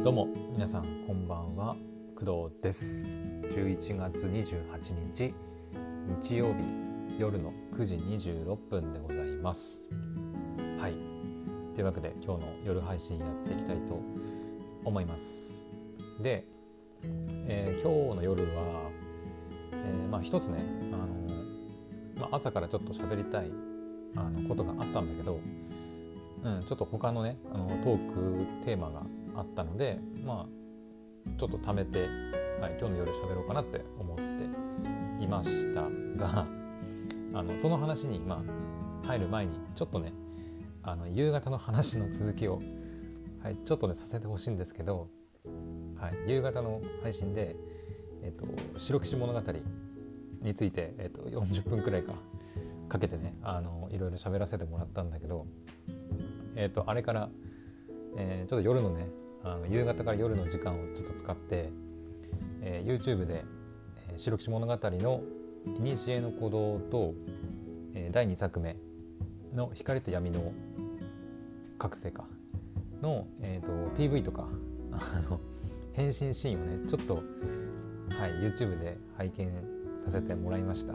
どうも皆さんこんばんは、工藤です。11月28日日曜日夜の9時26分でございます。はい、というわけで今日の夜配信やっていきたいと思います。で、今日の夜は、一つね、朝からちょっと喋りたいことがあったんだけど、ちょっと他のねトークテーマがあったので、ちょっと貯めて、今日の夜喋ろうかなって思っていましたが、その話に入る前にちょっとね夕方の話の続きを、ちょっとねさせてほしいんですけど、夕方の配信で、白騎士物語について、40分くらいかけてねいろいろ喋らせてもらったんだけど、あれから、ちょっと夜のね夕方から夜の時間をちょっと使って、YouTube で、白騎士物語の古の鼓動と、第2作目の光と闇の覚醒の、PV とか変身シーンをねちょっと、YouTube で拝見させてもらいました。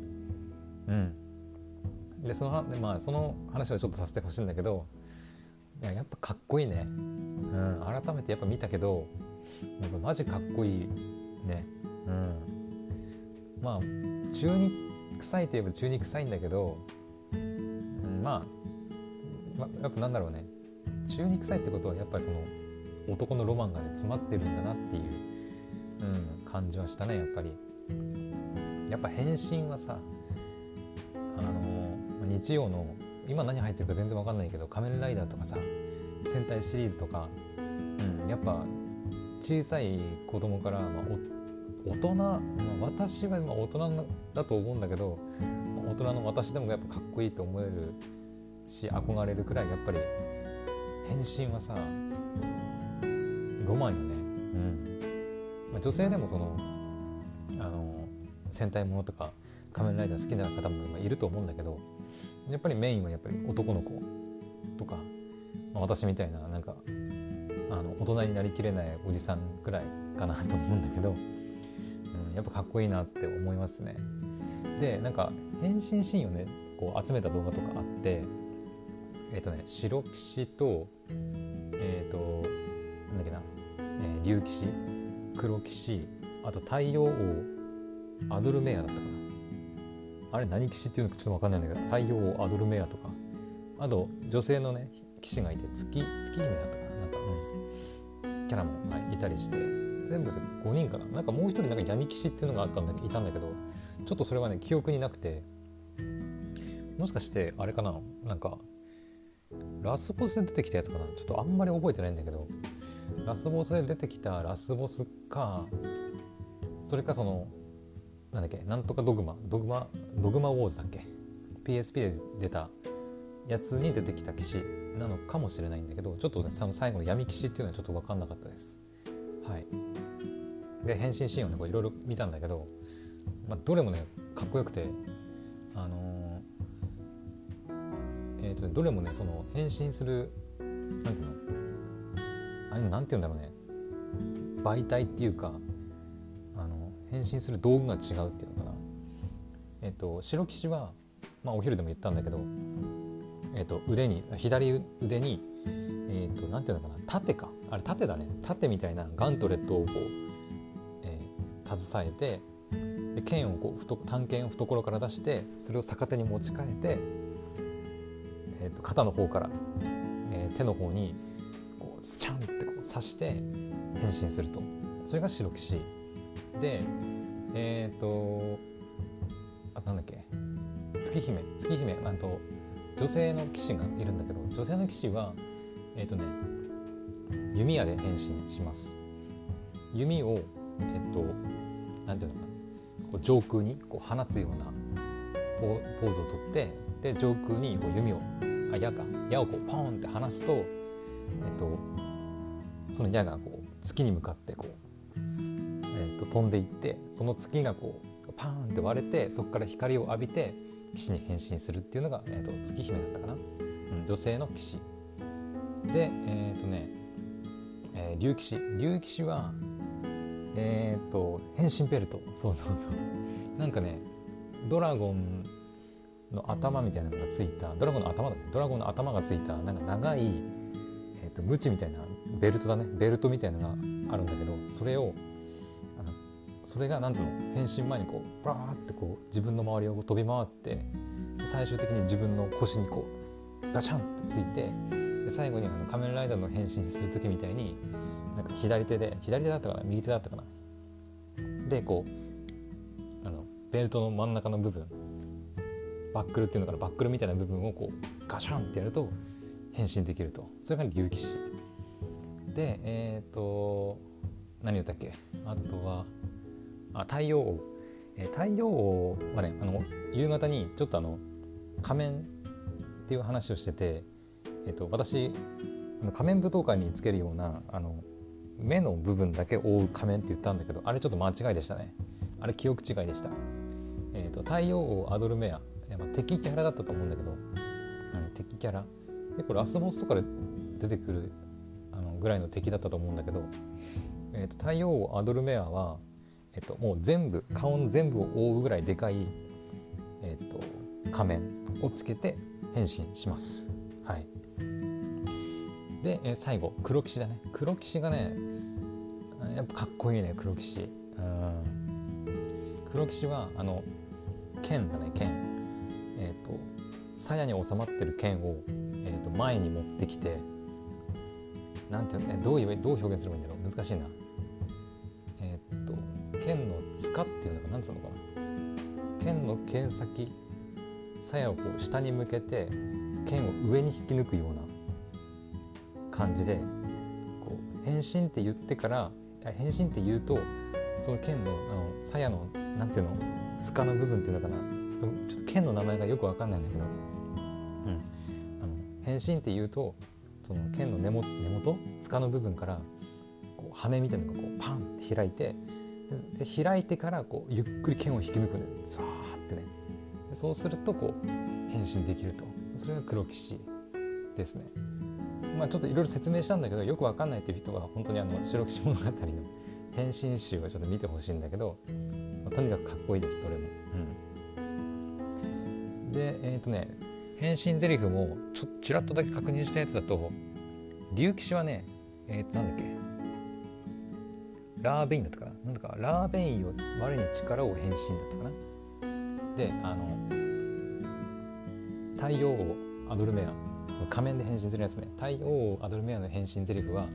でその話をちょっとさせてほしいんだけど、やっぱかっこいいね。改めてやっぱ見たけどマジかっこいいね。中二臭いといえば中二臭いんだけど、やっぱなんだろうね、中二臭いってことはやっぱりその男のロマンがね詰まってるんだなっていう、感じはしたね。やっぱ変身はさ、日曜の今何入ってるか全然わかんないけど、仮面ライダーとかさ、戦隊シリーズとか、やっぱ小さい子供から、大人、私は大人だと思うんだけど、大人の私でもやっぱかっこいいと思えるし憧れるくらい、やっぱり変身はさロマンよね。女性でもその戦隊ものとか仮面ライダー好きな方もいると思うんだけど、やっぱりメインはやっぱり男の子とか、私みたいな大人になりきれないおじさんくらいかなと思うんだけど、やっぱかっこいいなって思いますね。で変身シーンをねこう集めた動画とかあって、白騎士と竜騎士、黒騎士、あと太陽王アドルメアだったかな、あれ何騎士っていうのかちょっと分かんないんだけど、太陽王アドルメアとか、あと女性のね騎士がいて月姫だったかな、キャラも、いたりして、全部で5人かな。もう一人闇騎士っていうのがいたんだけど、ちょっとそれはね記憶になくて、もしかしてあれかな、ラスボスで出てきたやつかな、ちょっとあんまり覚えてないんだけど、ラスボスで出てきたラスボスか、それかそのなんとかドグマウォーズだっけ、 PSP で出たやつに出てきた騎士なのかもしれないんだけど、ちょっとね最後の闇騎士っていうのはちょっと分かんなかったです。で変身シーンをねいろいろ見たんだけど、どれもねかっこよくて、どれもねその変身するなんていうんだろうね、媒体っていうか変身する道具が違うっていうのかな。白騎士は、お昼でも言ったんだけど、左腕になんていうのかな、盾だね、盾みたいなガントレットをこう、携えて、で剣を短剣を懐から出して、それを逆手に持ち替えて、肩の方から、手の方にこうスチャンってこう刺して変身すると。それが白騎士で、なんだっけ、月姫、女性の騎士がいるんだけど、女性の騎士は弓矢で変身します。弓をなんていうのかな、こう上空にこう放つようなポーズをとって、で上空にこう矢をこうポーンって放すと、その矢がこう月に向かってこう、飛んでいって、その月がこうパーンって割れて、そこから光を浴びて騎士に変身するっていうのが、月姫だったかな、女性の騎士で、 竜騎士は変身ベルト、そうなんかねドラゴンの頭みたいなのがついた、ドラゴンの頭がついたなんか長い、鞭みたいなベルトみたいなのがあるんだけど、それがなんつうの、変身前にこうバーってこう自分の周りを飛び回って、最終的に自分の腰にこうガシャンってついて、で最後に仮面ライダーの変身する時みたいになんか左手だったかな右手だったかなでこうベルトの真ん中の部分、バックルっていうのかな、バックルみたいな部分をこうガシャンってやると変身できると。それが竜騎士で、何言ったっけ、あとは太陽王。太陽王はね夕方にちょっと仮面っていう話をしてて、私仮面舞踏会につけるような目の部分だけ覆う仮面って言ったんだけど、あれちょっと間違いでしたね。あれ記憶違いでした。太陽王アドルメア、敵キャラだったと思うんだけど、敵キャラでこれラスボスとかで出てくるぐらいの敵だったと思うんだけど、太陽王アドルメアはもう顔の全部を覆うぐらいでかい、仮面をつけて変身します。はい。で、最後黒騎士だね。黒騎士がねやっぱかっこいいね。黒騎士、黒騎士は剣だね。剣、鞘に収まってる剣を、前に持ってきて、なんていうの、どう表現すればいいんだろう、難しいな。剣の塚っていうのかなんつうのかな、剣の剣先、鞘をこう下に向けて剣を上に引き抜くような感じで、こう変身って言ってから変身って言うと、その剣の鞘のなんていうの、塚の部分っていうのかな、ちょっと剣の名前がよくわかんないんだけど、変身って言うとその剣の根元塚の部分からこう羽みたいなのがこうパンって開いて、で開いてからこうゆっくり剣を引き抜くのよ、ザーってね。でそうするとこう変身できると。それが黒騎士ですね。ちょっといろいろ説明したんだけど、よくわかんないっていう人は本当に白騎士物語の変身集をちょっと見てほしいんだけど、とにかくかっこいいです、どれも。で変身ゼリフもちらっとだけ確認したやつだと、竜騎士はねなんだっけ、ラーベインだったかな、なんだかラーベインを我に力を変身だったかな。で太陽王アドルメア、仮面で変身するやつね。太陽王アドルメアの変身ゼリフは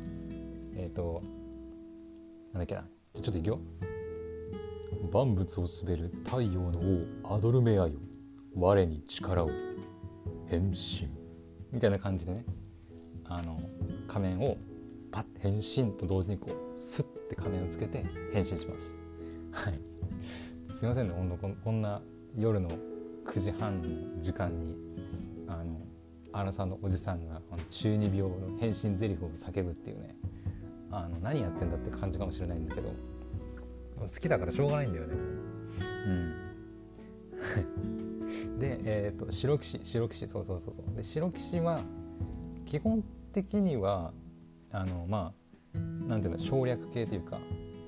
なんだっけな、ちょっといくよ。万物を統べる太陽の王アドルメアよ、我に力を変身みたいな感じでね、仮面をパッ変身と同時にこうスッて仮面をつけて変身します。はい。すいませんね、こんな夜の9時半の時間にアラサーのおじさんが中二病の変身ゼリフを叫ぶっていうね、何やってんだって感じかもしれないんだけど、好きだからしょうがないんだよね。で、白騎士、そうで白騎士は基本的にはなんていうの、省略系というか、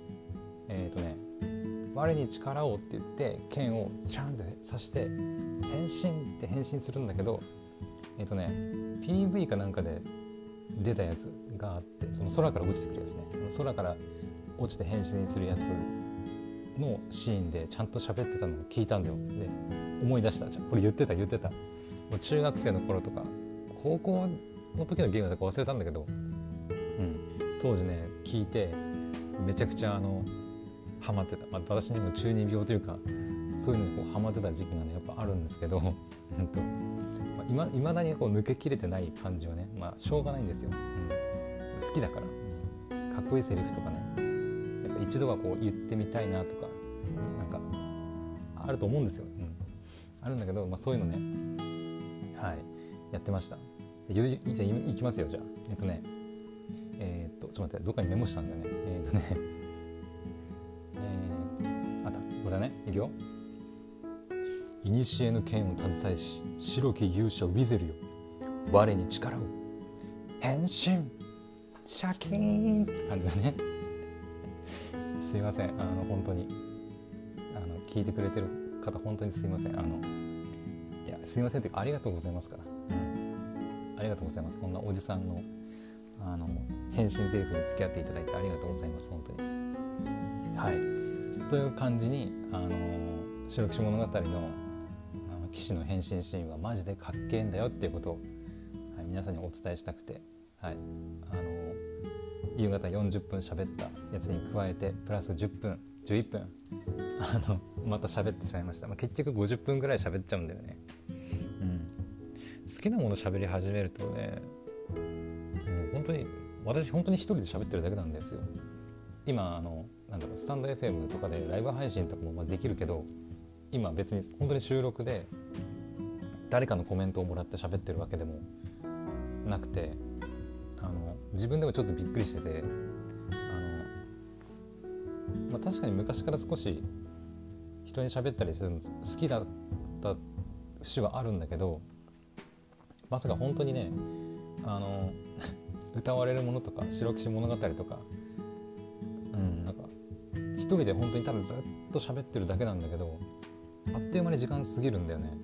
我に力をって言って剣をシャンって刺して変身って変身するんだけど、PV かなんかで出たやつがあって、その空から落ちてくるやつね、空から落ちて変身するやつのシーンでちゃんと喋ってたのを聞いたんだよ。で思い出した。これ言ってた。もう中学生の頃とか高校の時のゲームだか忘れたんだけど、当時ね聞いてめちゃくちゃハマってた。私にも中二病というかそういうのにこうハマってた時期がねやっぱあるんですけどいまだにこう抜けきれてない感じはね、しょうがないんですよ。好きだから、かっこいいセリフとかね、やっぱ一度はこう言ってみたいなとかなんかあると思うんですよ。あるんだけど、そういうのね、はい、やってました。じゃあ行きますよ。じゃあちょっと待って、どっかにメモしたんだよね。あった、これだね。いくよ。古の剣を携えし、白き勇者ウィゼルよ、我に力を変身。 シャキーンって感じだねすいません、本当に聞いてくれてる方本当にすいません、いやすいませんっていうかありがとうございますから、ありがとうございます。こんなおじさんの返信セリフに付き合っていただいてありがとうございます本当に。はい、という感じに白騎士物語の騎士の変身シーンはマジでかっけえんだよっていうことを、はい、皆さんにお伝えしたくて、はい、夕方40分喋ったやつに加えてプラス10分11分また喋ってしまいました、結局50分ぐらい喋っちゃうんだよね。好きなもの喋り始めるとね、私本当に一人で喋ってるだけなんですよ。今スタンド FM とかでライブ配信とかもできるけど、今別に本当に収録で誰かのコメントをもらって喋ってるわけでもなくて、自分でもちょっとびっくりしてて、確かに昔から少し人に喋ったりするの好きだった節はあるんだけど、まさか本当にね歌われるものとか白騎士物語とか、なんか一人で本当に多分ずっと喋ってるだけなんだけど、あっという間に時間過ぎるんだよね。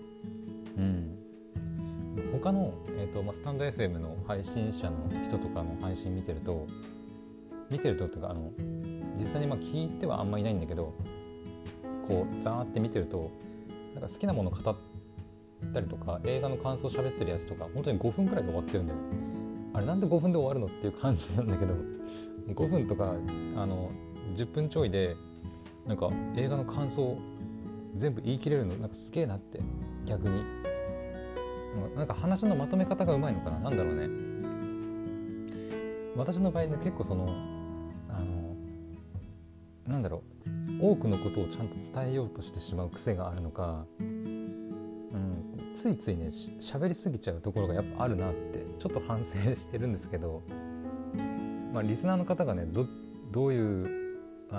他の、スタンド FM の配信者の人とかの配信見てるとっていうか実際に聞いてはあんまりいないんだけど、こうザーって見てるとなんか好きなもの語ったりとか映画の感想喋ってるやつとか本当に5分くらいで終わってるんだよね。あれなんで5分で終わるのっていう感じなんだけど、5分とか10分ちょいでなんか映画の感想全部言い切れるのなんかすげえなって。逆になんか話のまとめ方がうまいのかな、なんだろうね。私の場合ね結構なんだろう、多くのことをちゃんと伝えようとしてしまう癖があるのか、ついついね喋りすぎちゃうところがやっぱあるなってちょっと反省してるんですけど、リスナーの方がねどういう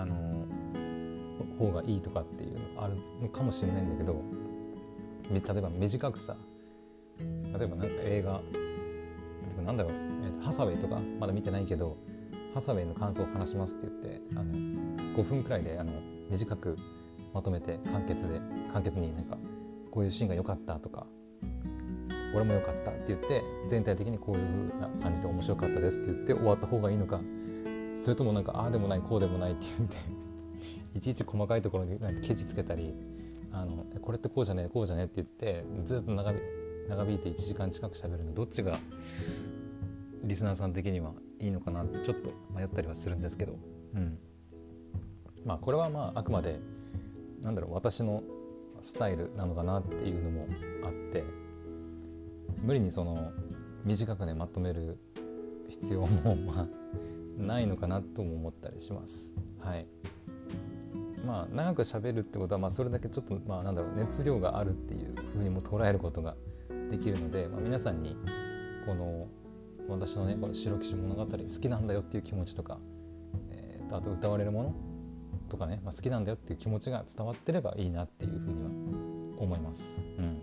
方がいいとかっていうのあるのかもしれないんだけど、例えば短くさ、例えばなんか映画、例えばなんだろう、ハサウェイとかまだ見てないけどハサウェイの感想を話しますって言って5分くらいで短くまとめて簡潔になんかこういうシーンが良かったとか俺も良かったって言って全体的にこういう風な感じで面白かったですって言って終わった方がいいのか、それともなんかああでもないこうでもないって言っていちいち細かいところになんかケチつけたりこれってこうじゃねこうじゃねって言ってずっと長引いて1時間近く喋るのどっちがリスナーさん的にはいいのかなってちょっと迷ったりはするんですけど、これはあくまでなんだろう私のスタイルなのかなっていうのもあって、無理に短くねまとめる必要もないのかなとも思ったりします。はい。長く喋るってことはそれだけちょっとなんだろう熱量があるっていう風にも捉えることができるので、皆さんにこの私のねこの白騎士物語好きなんだよっていう気持ちとか、あと歌われるものとかね、好きなんだよっていう気持ちが伝わってればいいなっていう風には思います。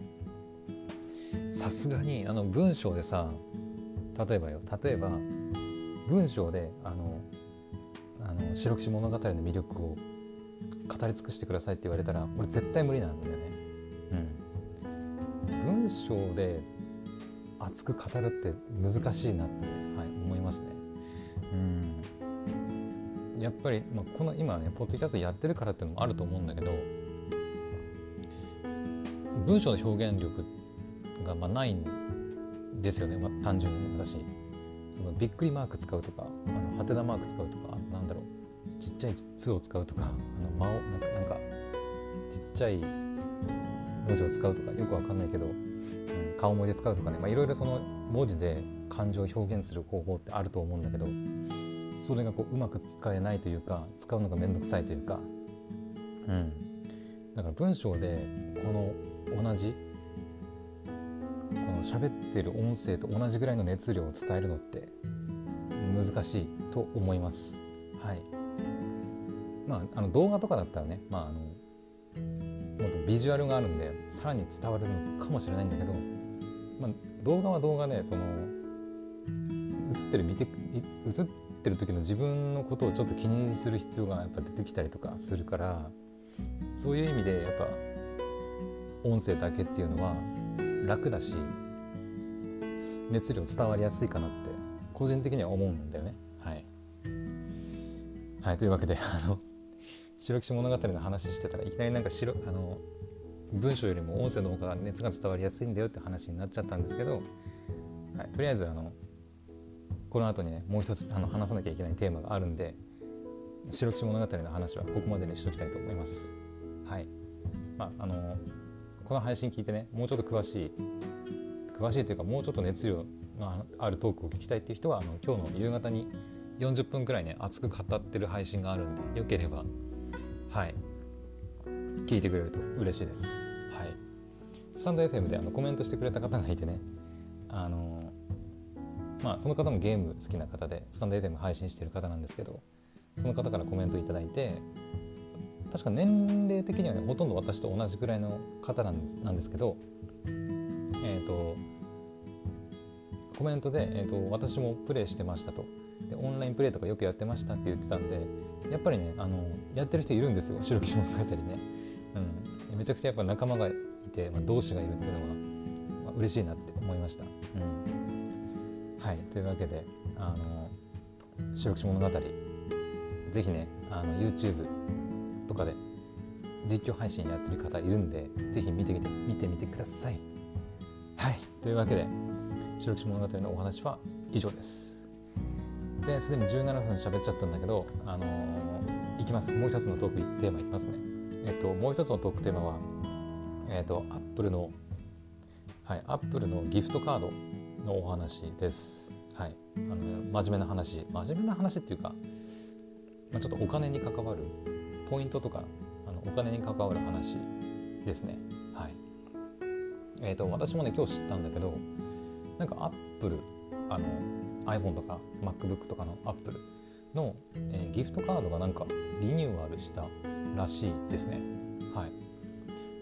さすがに文章でさ、例えば文章で白騎士物語の魅力を語り尽くしてくださいって言われたら俺絶対無理なんだよね。文章で熱く語るって難しいなって、思いますね。やっぱり、この今ねポッドキャストやってるからっていうのもあると思うんだけど、文章の表現力がないんですよね。単純に私びっくりマーク使うとかハテナマーク使うとかなんだろうちっちゃい「つ」を使うとか間をなんかちっちゃい文字を使うとかよくわかんないけど、顔文字使うとかね、いろいろ文字で感情を表現する方法ってあると思うんだけど、それがうまく使えないというか使うのがめんどくさいというか、だから文章で同じ喋ってる音声と同じぐらいの熱量を伝えるのって難しいと思います。はい。動画とかだったらね、もっとビジュアルがあるんでさらに伝わるのかもしれないんだけど、動画は動画で映ってる時の自分のことをちょっと気にする必要がやっぱ出てきたりとかするから、そういう意味でやっぱ音声だけっていうのは楽だし熱量伝わりやすいかなって個人的には思うんだよね。はい、というわけで白騎士物語の話してたらいきなりなんか文章よりも音声の方が熱が伝わりやすいんだよって話になっちゃったんですけど、はい、とりあえずこの後にねもう一つ話さなきゃいけないテーマがあるんで、白騎士物語の話はここまでにしときたいと思います。はい、この配信聞いてね、もうちょっと詳しいというかもうちょっと熱量のあるトークを聞きたいっていう人は今日の夕方に40分くらいね熱く語ってる配信があるんで、よければはい聞いてくれると嬉しいです。はい、スタンド FM でコメントしてくれた方がいてね、その方もゲーム好きな方でスタンド FM 配信してる方なんですけど、その方からコメントいただいて、確か年齢的にはねほとんど私と同じくらいの方なんですけど、コメントで、私もプレイしてましたと、でオンラインプレイとかよくやってましたって言ってたんで、やっぱりねやってる人いるんですよ、白騎士物語ね、めちゃくちゃやっぱ仲間がいて、同志がいるっていうのは、嬉しいなって思いました。はい、というわけで白騎士物語ぜひねYouTube とかで実況配信やってる方いるんで、ぜひ見てみてください。はい、というわけで白騎士物語のお話は以上です。で、すでに17分喋っちゃったんだけど、いきます。もう一つのトークテーマいきますね。もう一つのトークテーマは、Apple のギフトカードのお話です。はい、真面目な話っていうか、ちょっとお金に関わるポイントとかお金に関わる話ですね。はい、私もね今日知ったんだけど、なんか Apple iPhone とか MacBook とかの Apple の、ギフトカードがなんかリニューアルしたらしいですね。はい、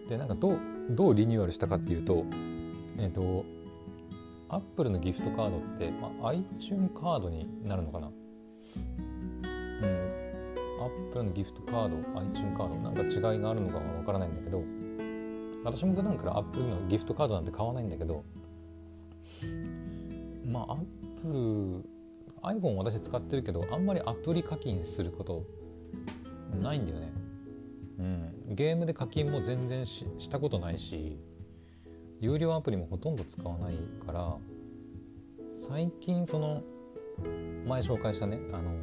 でなんかどうリニューアルしたかっていうと、Apple のギフトカードって、iTunes カードになるのかな。Apple のギフトカード iTunes カードなんか違いがあるのかはわからないんだけど、私も普段から Apple のギフトカードなんて買わないんだけど、iPhone 私使ってるけどあんまりアプリ課金することないんだよね。ゲームで課金も全然したことないし、有料アプリもほとんど使わないから、最近前紹介したね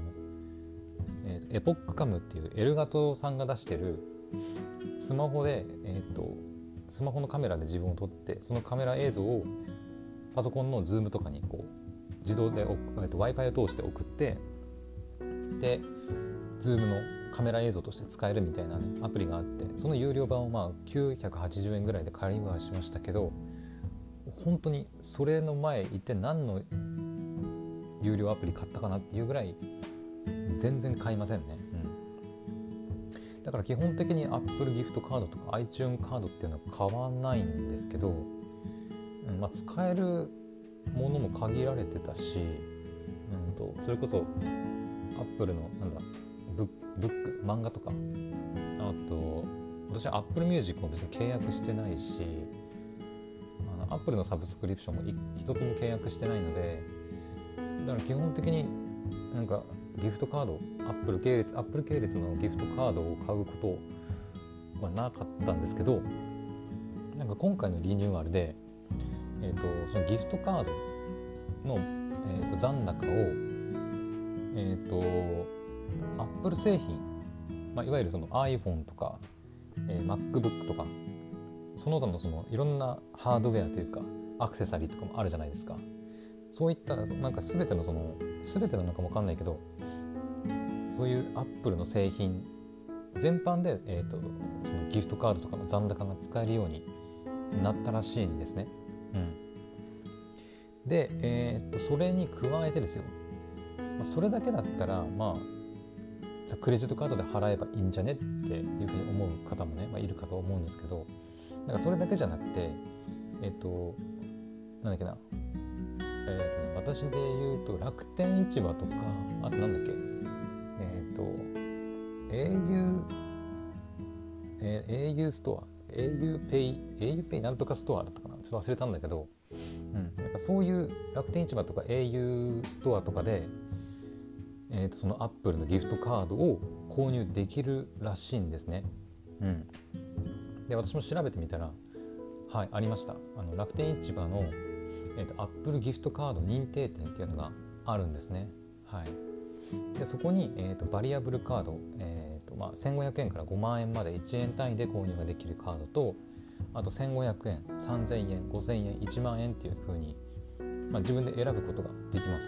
エポックカムっていうエルガトさんが出してるスマホで、スマホのカメラで自分を撮って、そのカメラ映像をパソコンのズームとかにこう自動でWi-Fi を通して送って、でズームのカメラ映像として使えるみたいなねアプリがあって、その有料版を980円ぐらいで借りはしましたけど、本当にそれの前一体何の有料アプリ買ったかなっていうぐらい全然買いませんね。だから基本的に Apple ギフトカードとか iTunes カードっていうのは買わないんですけど、使えるものも限られてたし、それこそ Apple のブック漫画とか、あと私は Apple Music も別に契約してないし、Apple のサブスクリプションも一つも契約してないので、だから基本的になんかギフトカード、Apple 系列のギフトカードを買うことはなかったんですけど、なんか今回のリニューアルで、そのギフトカードの、残高を、Apple 製品、いわゆるその iPhone とか、MacBook とかその他のいろんなハードウェアというかアクセサリーとかもあるじゃないですか。そういったなんか全てのなのかもわかんないけど、そういう Apple の製品全般で、そのギフトカードとかの残高が使えるようになったらしいんですね。で、それに加えてですよ、それだけだったらじゃクレジットカードで払えばいいんじゃねっていうふうに思う方もね、いるかと思うんですけど、それだけじゃなくてなんだっけな、私私で言うと楽天市場とか、あとなんだっけ、au ストア、auペイなんとかストアだったかな、ちょっと忘れたんだけど、なんかそういう楽天市場とか au ストアとかで、そのアップルのギフトカードを購入できるらしいんですね。で、私も調べてみたら、はい、ありました。楽天市場の、アップルギフトカード認定店っていうのがあるんですね。はい。でそこに、バリアブルカード、1500円から5万円まで1円単位で購入ができるカードと、あと1500円、3000円、5000円、1万円っていう風に、自分で選ぶことができます。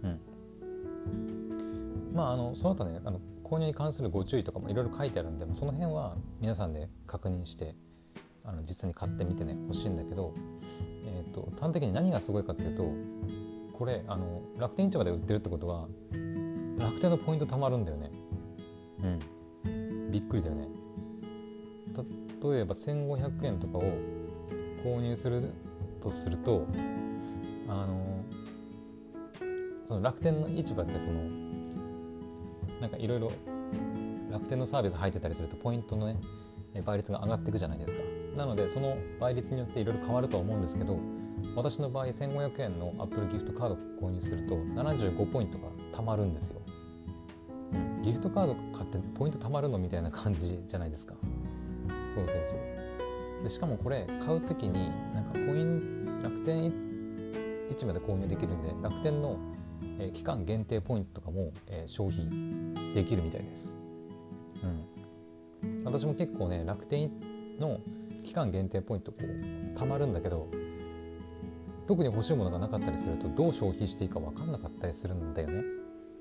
その他ね、購入に関するご注意とかもいろいろ書いてあるんで、その辺は皆さんで確認して実際に買ってみてね欲しいんだけど、端的に何がすごいかっていうと、これ楽天市場で売ってるってことは楽天のポイント貯まるんだよね。びっくりだよね。例えば1500円とかを購入するとすると、その楽天の市場ってなんかいろいろ楽天のサービス入ってたりするとポイントのね倍率が上がっていくじゃないですか。なのでその倍率によっていろいろ変わるとは思うんですけど、私の場合1500円の Apple ギフトカードを購入すると75ポイントが貯まるんですよ。ギフトカード買ってポイント貯まるのみたいな感じじゃないですか。そうで、しかもこれ買うときになんか楽天市場で購入できるんで、楽天の期間限定ポイントとかも消費できるみたいです。私も結構ね楽天の期間限定ポイント貯まるんだけど、特に欲しいものがなかったりするとどう消費していいか分かんなかったりするんだよね。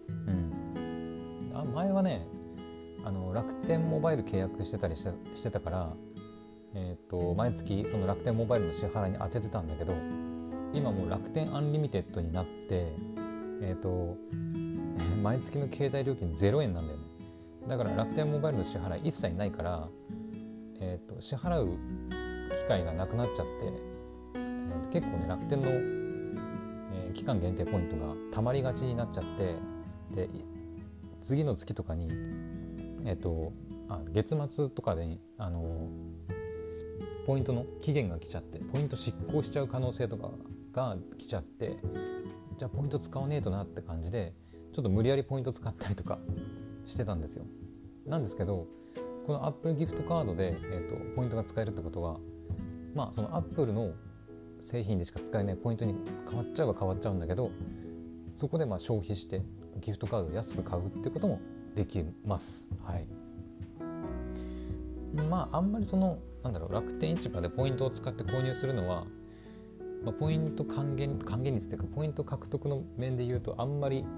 前はね楽天モバイル契約してたりしてたから、毎月その楽天モバイルの支払いに当ててたんだけど、今もう楽天アンリミテッドになって、毎月の携帯料金0円なんだよね。だから楽天モバイルの支払い一切ないから、支払う機会がなくなっちゃって、結構ね楽天の、期間限定ポイントがたまりがちになっちゃって、で次の月とかに、月末とかで、ポイントの期限が来ちゃってポイント失効しちゃう可能性とかが来ちゃって、じゃあポイント使わねえとなって感じでちょっと無理やりポイント使ったりとかしてたんですよ。なんですけど、この Apple ギフトカードで、ポイントが使えるってことは、その Apple の製品でしか使えないポイントに変わっちゃうんだけど、そこで消費してギフトカードを安く買うってこともできます。はい。あんまり楽天市場でポイントを使って購入するのは、ポイント還元率というかポイント獲得の面で言うとあんまり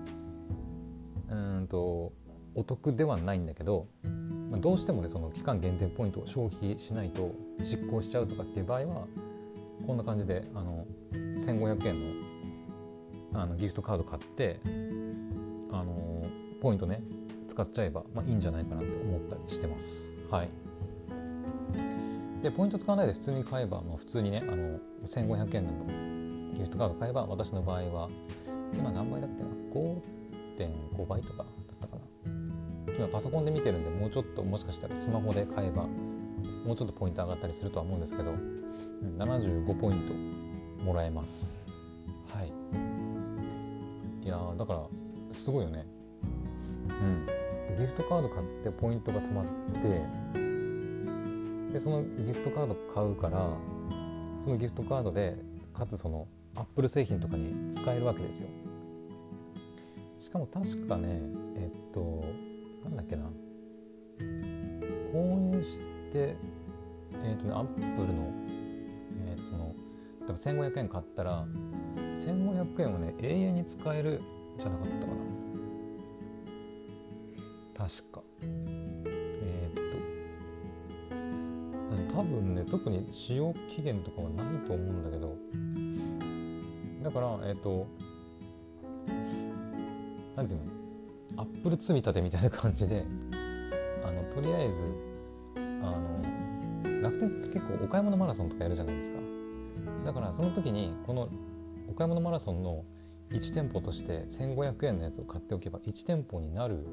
お得ではないんだけど、どうしてもねその期間限定ポイントを消費しないと失効しちゃうとかっていう場合はこんな感じで1500円のギフトカード買ってポイントね使っちゃえばいいんじゃないかなって思ったりしてます。はい。でポイント使わないで普通に買えば、普通にね1500円のギフトカード買えば、私の場合は今何倍だっけな 5.5 倍とかだったかな。今パソコンで見てるんで、もうちょっともしかしたらスマホで買えばもうちょっとポイント上がったりするとは思うんですけど、75ポイントもらえます。はい。いやだからすごいよね。ギフトカード買ってポイントが貯まって、でそのギフトカード買うから、そのギフトカードでかつそのアップル製品とかに使えるわけですよ。しかも確かねなんだっけな、購入してアップルの例えば1500円買ったら1500円をね永遠に使えるじゃなかったかな、確か。多分ね特に使用期限とかはないと思うんだけど、だからなんていうの、アップル積み立てみたいな感じでとりあえず楽天って結構お買い物マラソンとかやるじゃないですか。だからその時にこのお買い物マラソンの 1店舗として1500円のやつを買っておけば1店舗になる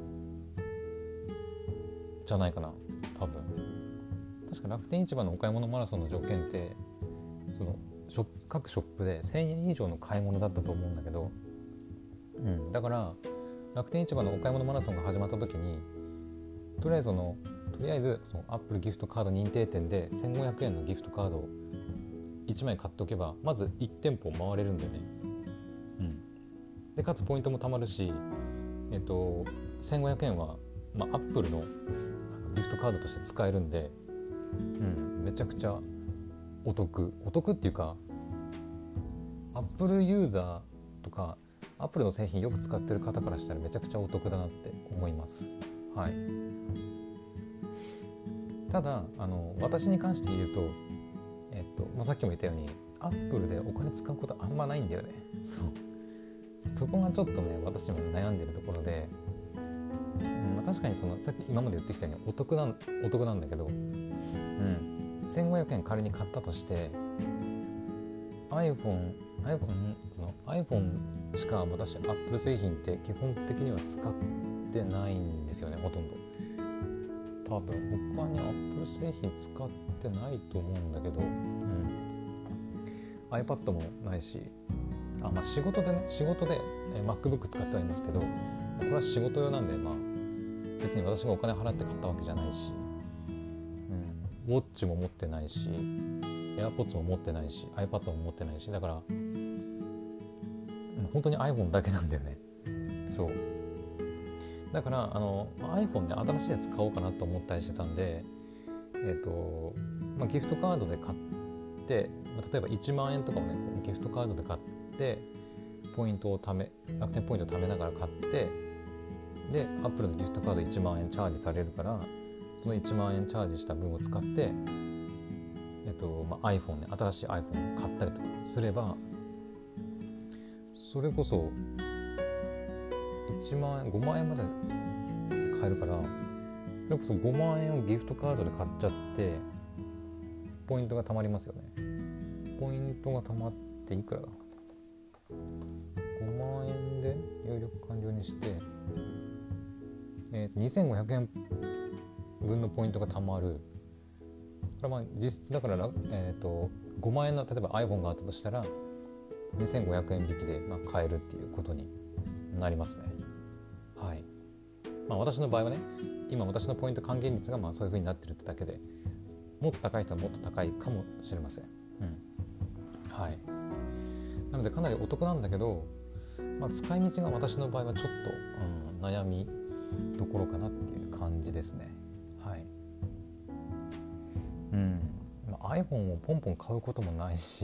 じゃないかな多分。確か楽天市場のお買い物マラソンの条件ってその各ショップで1000円以上の買い物だったと思うんだけど、だから楽天市場のお買い物マラソンが始まった時にとりあえずそのアップルギフトカード認定店で1500円のギフトカードを1枚買っておけばまず1店舗回れるんだよね。でかつポイントも貯まるし、1500円は、アップルのギフトカードとして使えるんで、めちゃくちゃお得っていうか、アップルユーザーとかアップルの製品よく使ってる方からしたらめちゃくちゃお得だなって思います。はい。ただ私に関して言うと、さっきも言ったようにアップルでお金使うことあんまないんだよね。そこがちょっとね私も悩んでるところで、確かにさっき今まで言ってきたようにお得なんだけど、1500円仮に買ったとして iPhone しか私 Apple 製品って基本的には使ってないんですよね、ほとんど。多分他に Apple 製品使ってないと思うんだけど、iPad もないし、仕事で、MacBook 使ってはいますけど、これは仕事用なんで、別に私がお金払って買ったわけじゃないし、ウォッチも持ってないし AirPods も持ってないし iPad も持ってないし、だから本当に iPhone だけなんだよね。そうだからiPhone で新しいやつ買おうかなと思ったりしてたんで、ギフトカードで買って、例えば1万円とかをねギフトカードで買って楽天ポイントを貯めながら買って、で Apple のギフトカード1万円チャージされるから、その1万円チャージした分を使って、iPhone ね、新しい iPhone を買ったりとかすれば、それこそ1万円5万円まで買えるから、それこそ5万円をギフトカードで買っちゃってポイントが貯まりますよね。ポイントが貯まっていくらだ、5万円で入力完了にして、2500円分のポイントが貯まる。これは実質だから、5万円の例えば iPhone があったとしたら2500円引きで買えるっていうことになりますね。はい。私の場合はね、今私のポイント還元率がそういう風になってるってだけで、もっと高い人はもっと高いかもしれません。はい。なのでかなりお得なんだけど、使い道が私の場合はちょっと、悩みどころかなっていう感じですね。はい。iPhone をポンポン買うこともないし、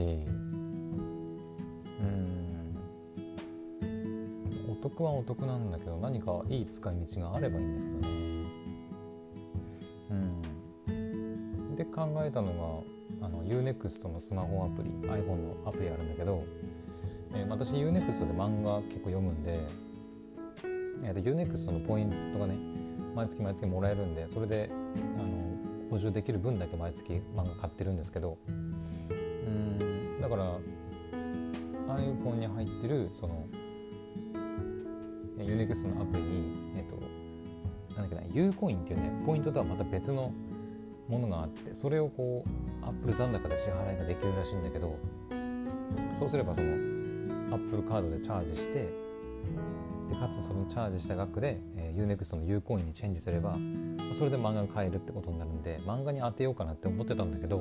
お得はお得なんだけど、何かいい使い道があればいいんだけどね。で考えたのがUnext のスマホアプリ、 iPhone のアプリあるんだけど、私 Unext で漫画結構読むんで、Unext のポイントがね毎月もらえるんで、それで補充できる分だけ毎月漫画買ってるんですけど、だから iPhone に入ってるその Unext のアプリにU コインっていうねポイントとはまた別のものがあって、それをApple 残高で支払いができるらしいんだけど、そうすればその Apple カードでチャージして、でかつそのチャージした額で、Unext の U コインにチェンジすれば、それで漫画が買えるってことになるんで、漫画に当てようかなって思ってたんだけど、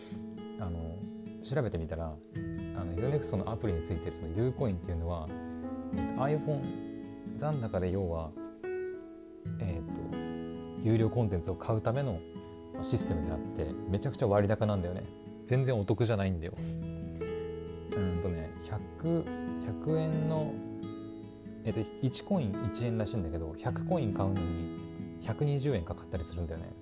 調べてみたらUnext のアプリについてるその U コインっていうのは、iPhone 残高で要は有料コンテンツを買うためのシステムであって、めちゃくちゃ割高なんだよね。全然お得じゃないんだよ。100円の1コイン1円らしいんだけど、100コイン買うのに120円かかったりするんだよね。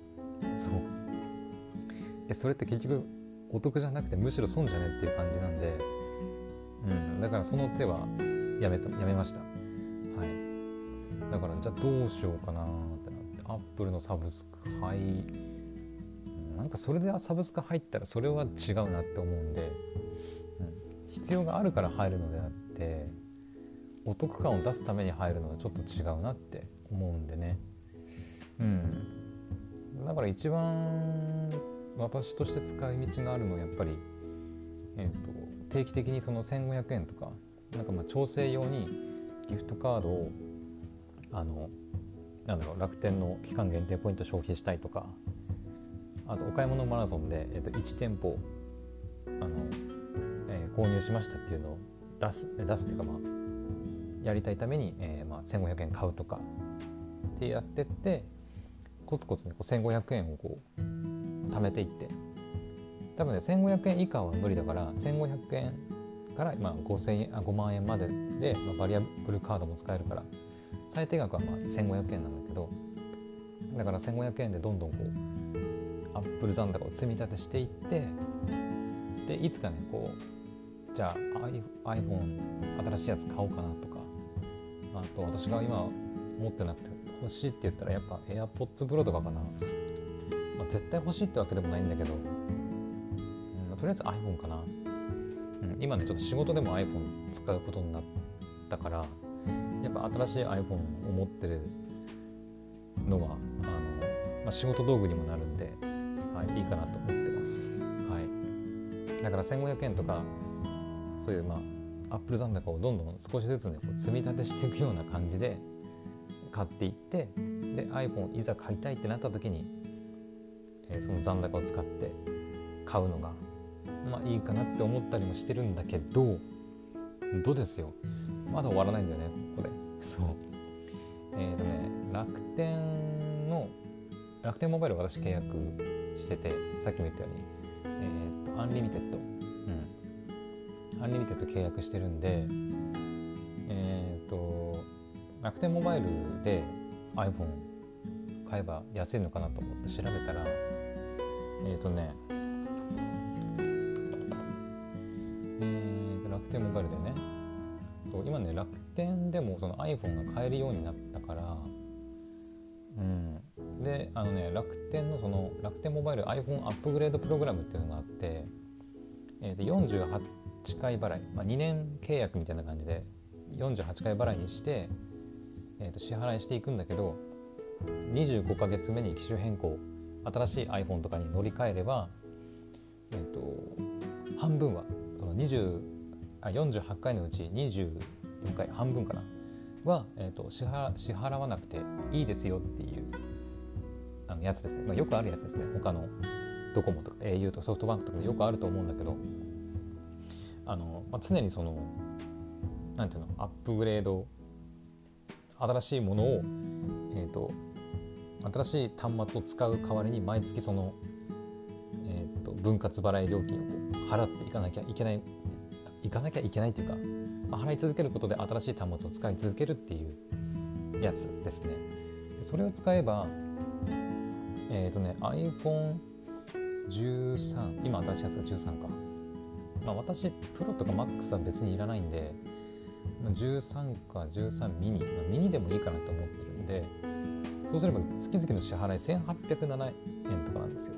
そうそれって結局お得じゃなくてむしろ損じゃねっていう感じなんで、だからその手はやめました。はい。だからじゃあどうしようかなってなって、アップルのサブスクなんかそれでサブスク入ったらそれは違うなって思うんで、必要があるから入るのであって、 お得感を出すために入るのはちょっと違うなって思うんでね。だから一番私として使い道があるのはやっぱり、定期的にその1500円とかなんか調整用にギフトカードを楽天の期間限定ポイント消費したいとか、あとお買い物マラソンで、1店舗購入しましたっていうのを出すっていうか、やりたいために、1500円買うとかってやってって、コツコツね1500円を貯めていって、多分ね1500円以下は無理だから、1500円から5万円までで、バリアブルカードも使えるから最低額は1500円なんだけど、だから1500円でどんどんアップル残高を積み立てしていって、でいつかねじゃあ iPhone 新しいやつ買おうかなとか、あと私が今持ってなくて欲しいって言ったらやっぱ AirPods Pro とかかな、絶対欲しいってわけでもないんだけど、とりあえず iPhone かな。今ねちょっと仕事でも iPhone 使うことになったから、やっぱ新しい iPhone を持ってるのは仕事道具にもなるんで、いいかなと思ってます。だから1500円とかそういうアップル残高をどんどん少しずつね積み立てしていくような感じで買っていって、で iPhone いざ買いたいってなった時に、その残高を使って買うのがいいかなって思ったりもしてるんだけど、どうですよ、まだ終わらないんだよねこれ。そう楽天モバイルを私契約してて、さっきも言ったように、アンリミテッド契約してるんで、楽天モバイルで iPhone 買えば安いのかなと思って調べたら、楽天モバイルでね、そう今ね楽天でもその iPhone が買えるようになったから、で楽天のその楽天モバイル iPhone アップグレードプログラムっていうのがあって、48回払い、2年契約みたいな感じで48回払いにして、支払いしていくんだけど、25ヶ月目に機種変更、新しい iPhone とかに乗り換えれば、半分はその48回のうち24回半分かなは、支払わなくていいですよっていうやつですね。よくあるやつですね。他のドコモとか au とかソフトバンクとかでよくあると思うんだけど、常にそのアップグレード、新しいものを、新しい端末を使う代わりに毎月その、分割払い料金を払っていかなきゃいけないというか、払い続けることで新しい端末を使い続けるっていうやつですね。それを使えばiPhone 13、今新しいやつが13か、私プロとかマックスは別にいらないんで、13か13ミニ、ミニでもいいかなと思ってるんで、そうすれば月々の支払い1807円とかなんですよ。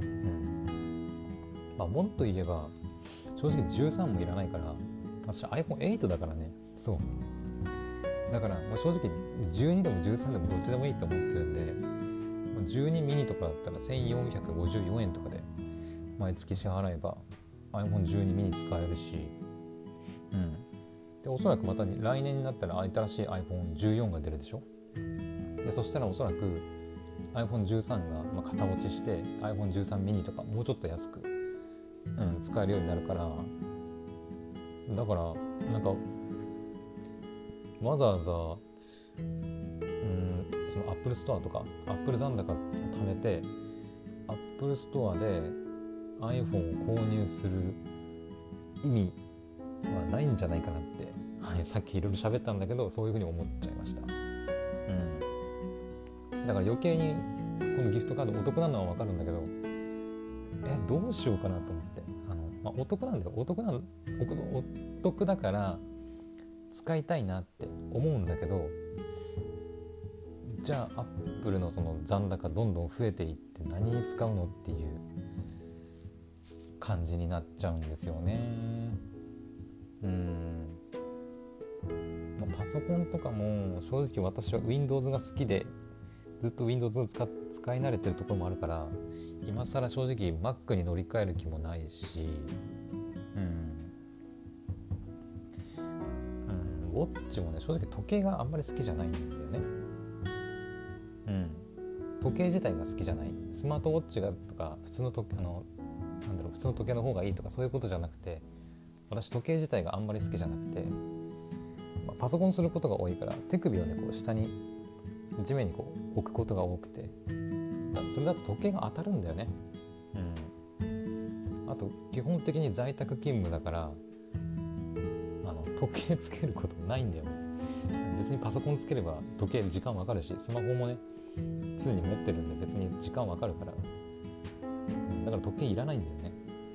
もっと言えば正直13もいらないから、私 iPhone8 だからね。そうだから正直12でも13でもどっちでもいいと思ってるんで、12ミニとかだったら1454円とかで毎月支払えば iPhone12 ミニ使えるし、でおそらくまた来年になったら新しい iPhone14 が出るでしょ。でそしたらおそらく iPhone13 が型落ちして iPhone13 ミニとかもうちょっと安く、使えるようになるから、だからわざわざその Apple ストアとか Apple 残高を貯めて Apple ストアで iPhone を購入する意味はないんじゃないかなって、さっきいろいろ喋ったんだけど、そういうふうに思っちゃいました。だから余計にこのギフトカードお得なのは分かるんだけど、どうしようかなと思って、お得なんだよ。お得だから使いたいなって思うんだけど、じゃあアップルのその残高どんどん増えていって何に使うのっていう感じになっちゃうんですよね。パソソコンとかも正直私は Windows が好きでずっと Windows を使い慣れてるところもあるから、今更正直 Mac に乗り換える気もないし、ウォッチもね正直時計があんまり好きじゃないんだよね。時計自体が好きじゃない。スマートウォッチがとか普通の時普通の時計の方がいいとかそういうことじゃなくて、私時計自体があんまり好きじゃなくて、パソコンすることが多いから手首をねこう下に地面にこう置くことが多くて、それだと時計が当たるんだよね。あと基本的に在宅勤務だから時計つけることないんだよね。別にパソコンつければ時計時間わかるし、スマホもね常に持ってるんで別に時間わかるから、だから時計いらないんだよね。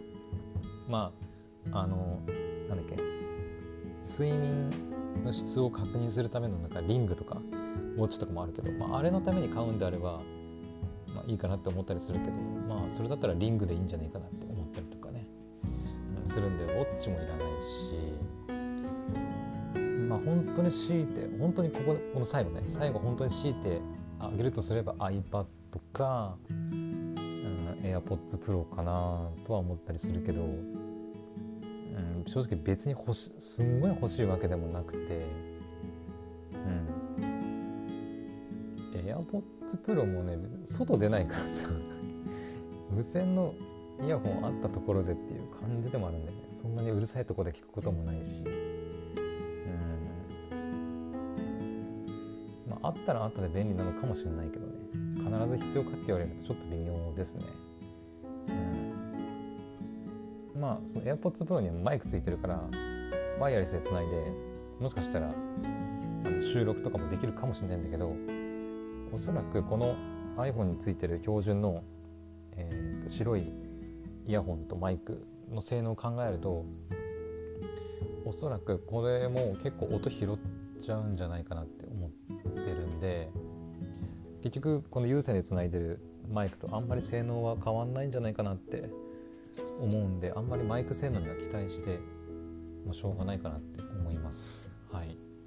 なんだっけ、睡眠の質を確認するためのなんかリングとかウォッチとかもあるけど、あれのために買うんであれば、いいかなって思ったりするけど、それだったらリングでいいんじゃないかなって思ったりとかね、するんで、ウォッチもいらないし、本当に強いて、本当にこの最後本当に強いてあげるとすれば iPad か、AirPods Pro かなとは思ったりするけど、正直別にすんごい欲しいわけでもなくて、AirPods Pro もね外出ないからさ無線のイヤホンあったところでっていう感じでもあるんでね、そんなにうるさいところで聞くこともないし、あったらあったで便利なのかもしれないけどね、必ず必要かって言われるとちょっと微妙ですね。その AirPods Pro にはマイクついてるからワイヤレスでつないで、もしかしたら収録とかもできるかもしれないんだけど、おそらくこの iPhone についてる標準の、白いイヤホンとマイクの性能を考えると、おそらくこれも結構音拾っちゃうんじゃないかなって思ってるんで、結局この有線でつないでるマイクとあんまり性能は変わんないんじゃないかなって思うんで、あんまりマイク性能には期待してもしょうがないかなって思います。はい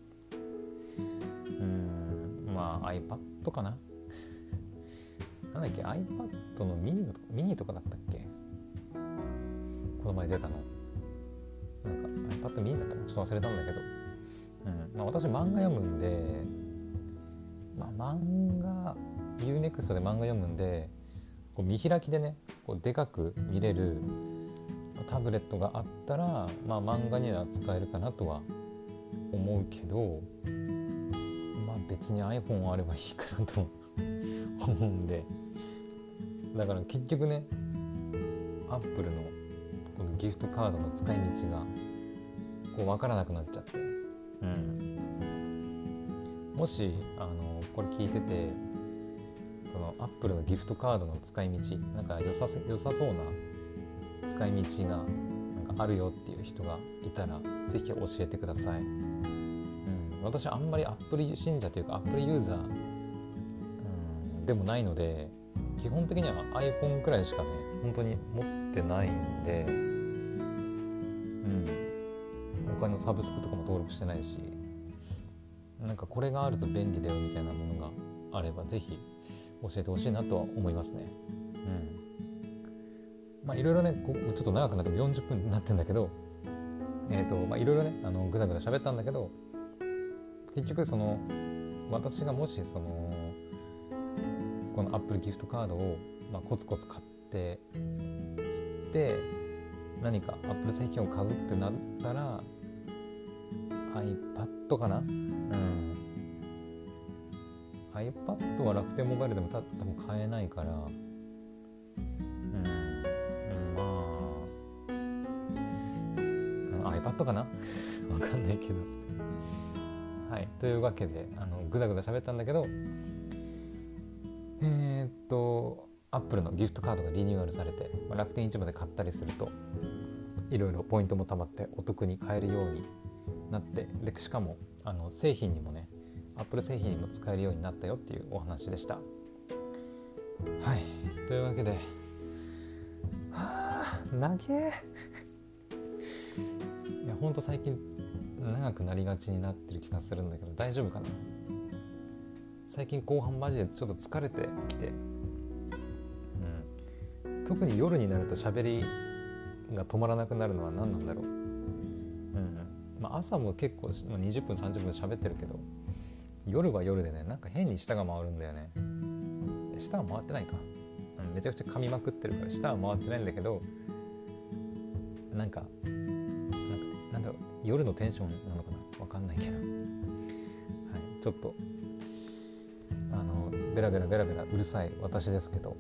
。iPad かな。なんだっけ、 iPad のミニとかだったっけ、この前出たの。なんか iPad ミニだったのちょっと忘れたんだけど、私漫画読むんで、Unext で漫画読むんで、こう見開きでねこうでかく見れるタブレットがあったら、漫画には使えるかなとは思うけど、別に iPhone あればいいかなと思うんで、だから結局ね Apple のこのギフトカードの使い道がこう分からなくなっちゃって、もしこれ聞いてて、この Apple のギフトカードの使い道なんか良さそうな使い道がなんかあるよっていう人がいたらぜひ教えてください。私あんまり Apple 信者というか Apple ユーザー、でもないので、基本的には iPhone くらいしかね本当に持ってないんで、他のサブスクとかも登録してないし、なんかこれがあると便利だよみたいなものがあればぜひ教えてほしいなとは思いますね。いろいろねちょっと長くなっても40分になってんだけど、いろいろねぐだぐだ喋ったんだけど、結局私がもしこの Apple ギフトカードを、コツコツ買ってで何か Apple 製品を買うってなったら iPad かな。iPad は楽天モバイルでも多分買えないから、iPad かなわかんないけど、はい、というわけでぐだぐだ喋ったんだけど、Apple のギフトカードがリニューアルされて、楽天市場で買ったりするといろいろポイントも貯まってお得に買えるようになって、でしかも製品にもね Apple 製品にも使えるようになったよっていうお話でした。はい、というわけで長えいやほんと最近長くなりがちになってる気がするんだけど、大丈夫かな。最近後半マジでちょっと疲れてきて、特に夜になると喋りが止まらなくなるのは何なんだろう。朝も結構20分30分喋ってるけど、夜は夜でね、なんか変に舌が回るんだよね。舌は回ってないか、めちゃくちゃ噛みまくってるから舌は回ってないんだけど、なんだろう、夜のテンションなのかな、わかんないけど、ちょっとベラベラうるさい私ですけど、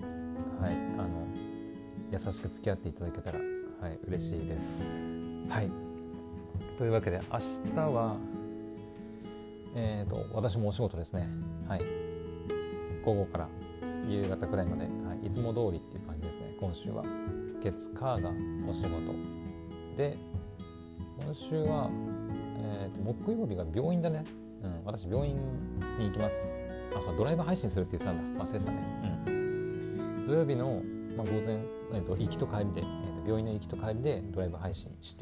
優しく付き合っていただけたら嬉しいです。というわけで明日は私もお仕事ですね。午後から夕方くらいまで、いつも通りっていう感じですね。今週は月火がお仕事で、今週は、木曜日が病院だね。私病院に行きます。そう、ドライブ配信するって言ってたんだ、忘れてたね。土曜日の、午前、行きと帰りで、病院の行きと帰りでドライブ配信して、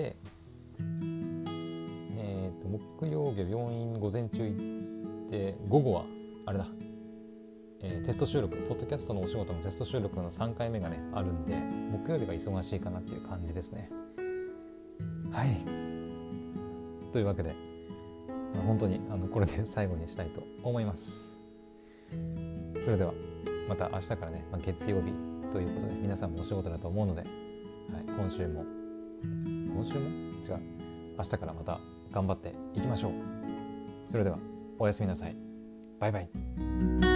木曜日病院午前中行って、午後はあれだ、テスト収録、ポッドキャストのお仕事のテスト収録の3回目がねあるんで、木曜日が忙しいかなっていう感じですね。というわけで、本当にこれで最後にしたいと思います。それではまた明日からね、月曜日ということで皆さんもお仕事だと思うので、今週も違う、明日からまた頑張っていきましょう。それではおやすみなさい。バイバイ。